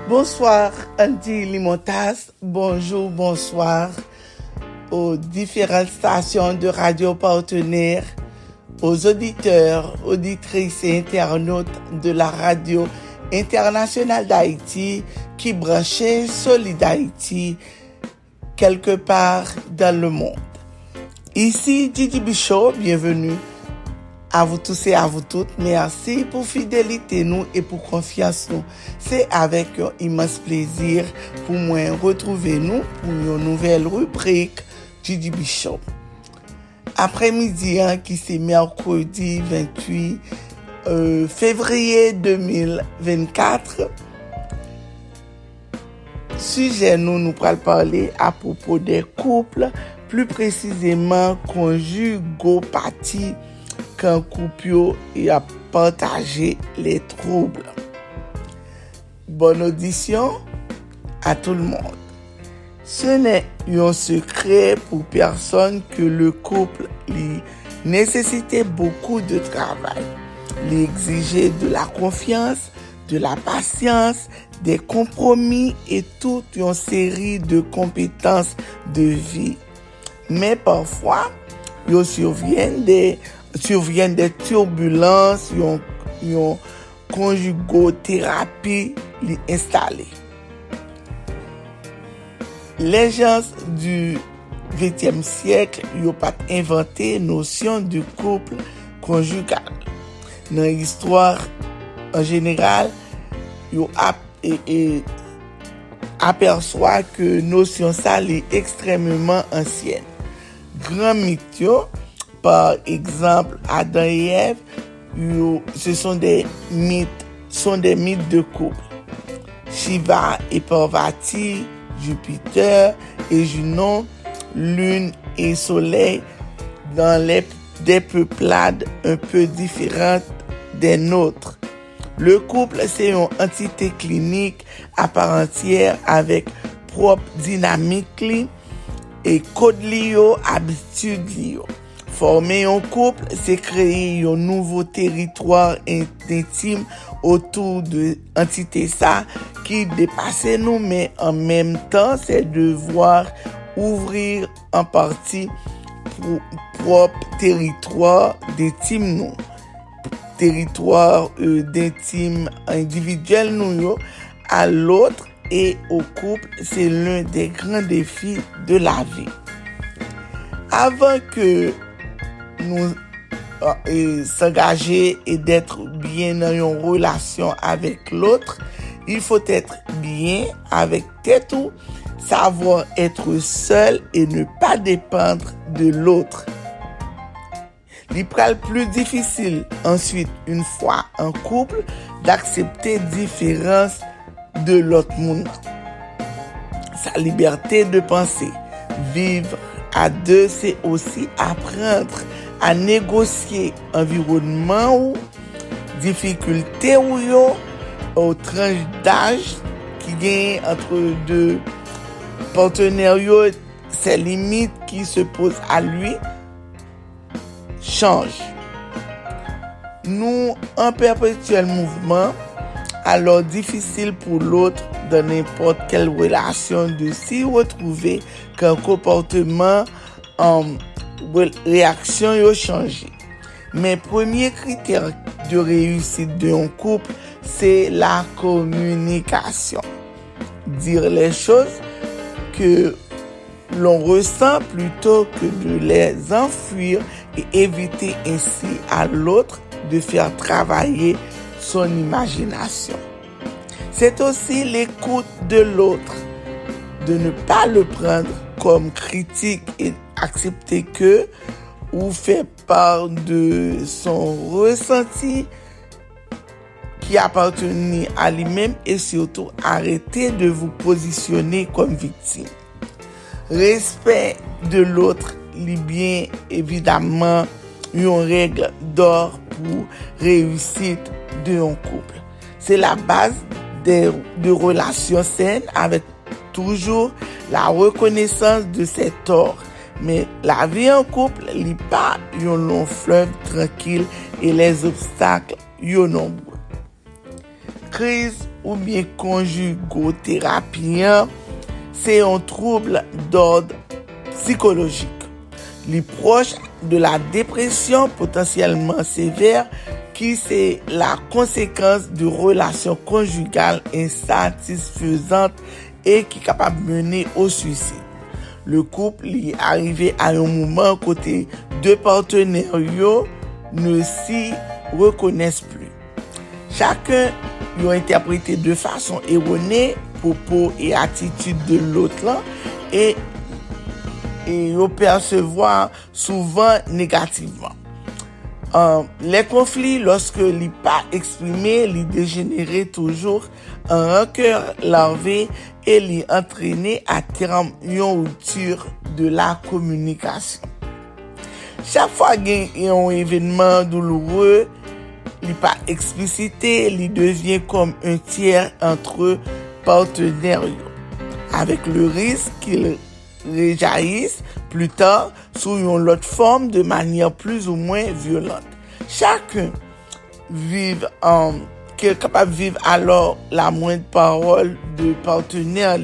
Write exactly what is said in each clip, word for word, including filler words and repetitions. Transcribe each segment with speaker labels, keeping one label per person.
Speaker 1: Bonsoir Andy Limotas, bonjour, bonsoir aux différentes stations de radio partenaires, aux auditeurs, auditrices et internautes de la radio internationale d'Haïti qui branchait Solid Haïti quelque part dans le monde. Ici Didi Bichot, bienvenue à vous tous et à vous toutes. Merci pour fidélité nous et pour confiance nous. C'est avec un immense plaisir pour moi retrouver nous pour une nouvelle rubrique Didi Bichot. Après-midi hein, qui c'est mercredi vingt-huit euh, février deux mille vingt-quatre. Sujet nous nous pourrons parler à propos des couples, plus précisément conjugopathie quand couple et à partager les troubles. Bonne audition à tout le monde. Ce n'est un secret pour personne que le couple lui nécessitait beaucoup de travail. Il exigeait de la confiance, de la patience, des compromis et toute une série de compétences de vie. Mais parfois, il survient des surviennent des turbulences, une, une conjugothérapie installée. Les gens du vingtième siècle n'ont pas inventé notion de couple conjugal. Dans l'histoire en général, ils aperçoit que notion ça est extrêmement ancienne. Grand mythe, par exemple, Adam et Ève, ce sont des mythes, sont des mythes de couple. Shiva et Parvati, Jupiter et Junon, Lune et Soleil, dans les, des peuplades un peu différentes des nôtres. Le couple, c'est une entité clinique à part entière avec propre dynamique et code lio, habitude lio. Former un couple, c'est créer un nouveau territoire intime autour de l'entité ça qui dépasse nous, mais en même temps, c'est devoir ouvrir en partie pour propre territoire d'intime nous. Territoire euh, d'intime individuel nous à l'autre et au couple, c'est l'un des grands défis de la vie. Avant que nous euh, s'engager et d'être bien dans une relation avec l'autre, il faut être bien avec tête ou savoir être seul et ne pas dépendre de l'autre. Il est plus difficile ensuite, une fois en couple, d'accepter différence de l'autre monde. Sa liberté de penser, vivre à deux, c'est aussi apprendre à négocier environnement ou difficulté ou yo aux tranches d'âge qui gagne entre deux partenaires yo, ces limites qui se posent à lui changent. Nous en perpétuel mouvement, alors difficile pour l'autre dans n'importe quelle relation de s'y retrouver qu'un comportement en réaction a changé. Mais premier critère de réussite d'un couple, c'est la communication. Dire les choses que l'on ressent plutôt que de les enfuir et éviter ainsi à l'autre de faire travailler son imagination. C'est aussi l'écoute de l'autre, de ne pas le prendre comme critique et accepter que ou fait part de son ressenti qui appartenait à lui-même et surtout arrêter de vous positionner comme victime. Respect de l'autre, il bien évidemment une règle d'or pour réussite d'un couple. C'est la base des, de relations saines avec toujours la reconnaissance de ses torts. Mais la vie en couple n'est pas un long fleuve tranquille et les obstacles sont nombreux. crise ou bien conjugothérapie, c'est un trouble d'ordre psychologique. Les proches de la dépression potentiellement sévère qui c'est la conséquence de relations conjugales insatisfaisantes et qui est capable de mener au suicide. Le couple est arrivé à un moment côté deux partenaires ne s'y reconnaissent plus. Chacun a interprété de façon erronée propos et attitudes de l'autre et et au percevoir souvent négativement. Euh, les conflits, lorsque les pas exprimés, les dégénérer toujours en rancœur larvé et les entraîner à terme une rupture de la communication. Chaque fois qu'il y a un événement douloureux, il n'est pas explicité, il devient comme un tiers entre partenaires, avec le risque qu'il réjaillissent plus tard sous une autre forme de manière plus ou moins violente. Chacun vive en, qui est capable de vivre alors la moindre parole de partenaire,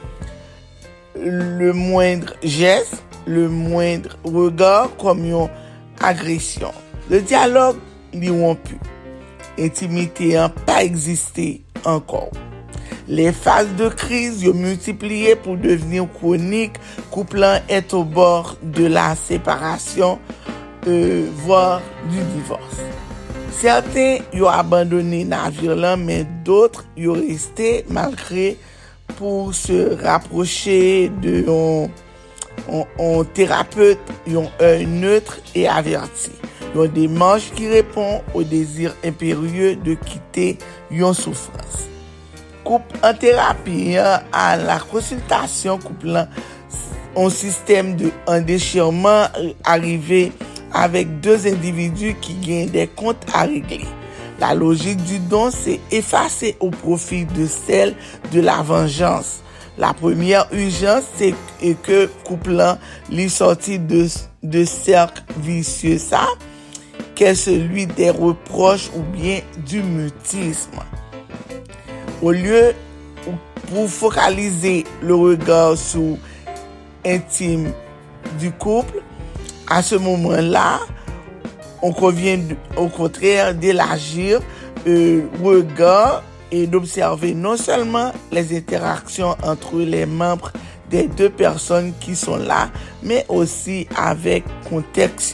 Speaker 1: le moindre geste, le moindre regard comme une agression. Le dialogue est rompu. Intimité n'a pas existé encore. Les phases de crise ont multiplié pour devenir chroniques. Couple est au bord de la séparation, euh, voire du divorce. Certains ont abandonné le navire là, mais d'autres ont resté malgré pour se rapprocher de un, un, un thérapeute, un œil neutre et averti. Une démarche qui répond au désir impérieux de quitter une souffrance. Couple en thérapie, à la consultation, couple un système de un déchirement arrivé avec deux individus qui gagnent des comptes à régler. La logique du don, c'est effacer au profit de celle de la vengeance. La première urgence, c'est que couple est sorti de de cercle vicieux ça, qu'est celui des reproches ou bien du mutisme. Au lieu pour focaliser le regard sur intime du couple, à ce moment-là, on convient au contraire d'élargir le regard et d'observer non seulement les interactions entre les membres des deux personnes qui sont là, mais aussi avec contexte.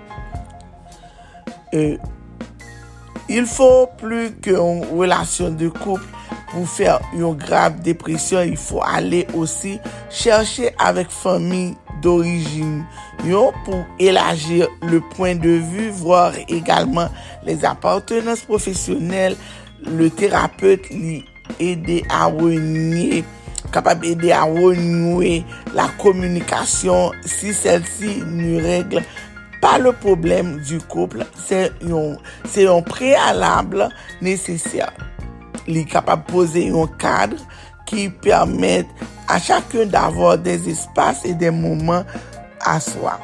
Speaker 1: Euh, il faut plus qu'une relation de couple pour faire une grave dépression, il faut aller aussi chercher avec famille d'origine pour élargir le point de vue, voir également les appartenances professionnelles. Le thérapeute lui aider à renouer, capable d'aider à renouer la communication si celle-ci ne règle pas le problème du couple. C'est un, c'est un préalable nécessaire. Il est capable de poser un cadre qui permet à chacun d'avoir des espaces et des moments à soi.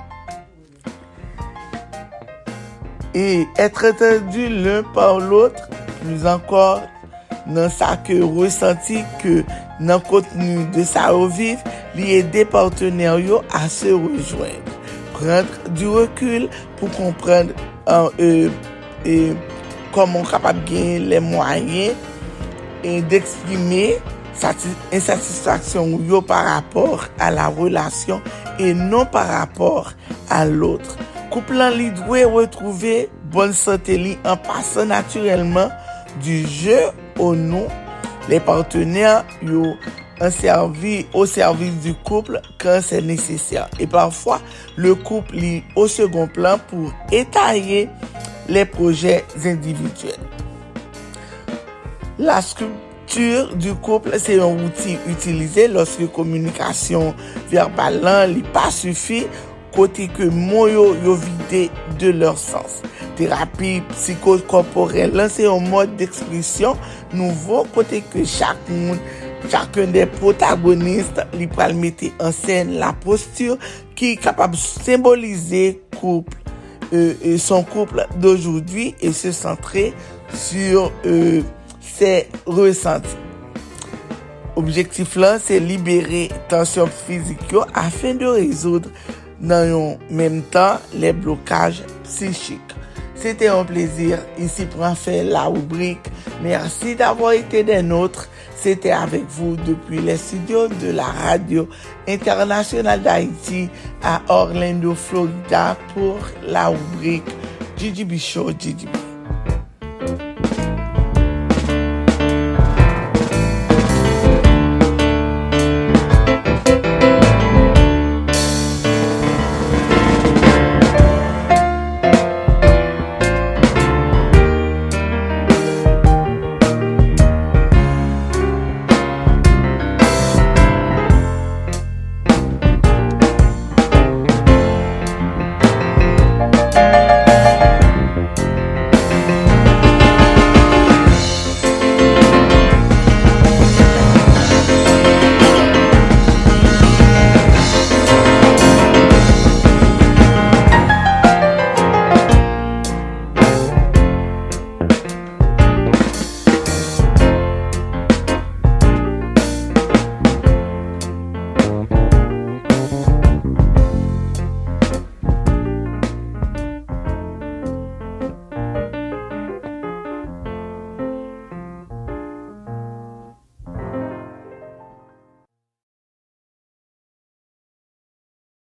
Speaker 1: Et être entendu l'un par l'autre, plus encore, dans ça que ressenti que dans le contenu de sa vie, l'aider partenaires à se rejoindre. Prendre du recul pour comprendre euh, euh, euh, comment on est capable de gagner les moyens et d'exprimer insatisfaction par rapport à la relation et non par rapport à l'autre. Couple li doit retrouver bonne santé en passant naturellement du jeu au non. Les partenaires yo un servi au service du couple quand c'est nécessaire. Et parfois, le couple est au second plan pour étayer les projets individuels. La structure du couple, c'est un outil utilisé lorsque communication verbale n'est pas suffit, côté que mots yo, yo vidé de leur sens. Thérapie psychocorporelle, c'est un mode d'expression nouveau, côté que chaque monde, chacun des protagonistes, li pral mettre en scène la posture qui est capable de symboliser couple, euh, son couple d'aujourd'hui et se centrer sur euh, c'est ressenti. Objectif là, c'est libérer tension physique yo, afin de résoudre dans le même temps les blocages psychiques. C'était un plaisir ici pour en faire la rubrique. Merci d'avoir été des nôtres. C'était avec vous depuis les studios de la radio internationale d'Haïti à Orlando, Florida pour la rubrique Gigi B Show, Gigi B.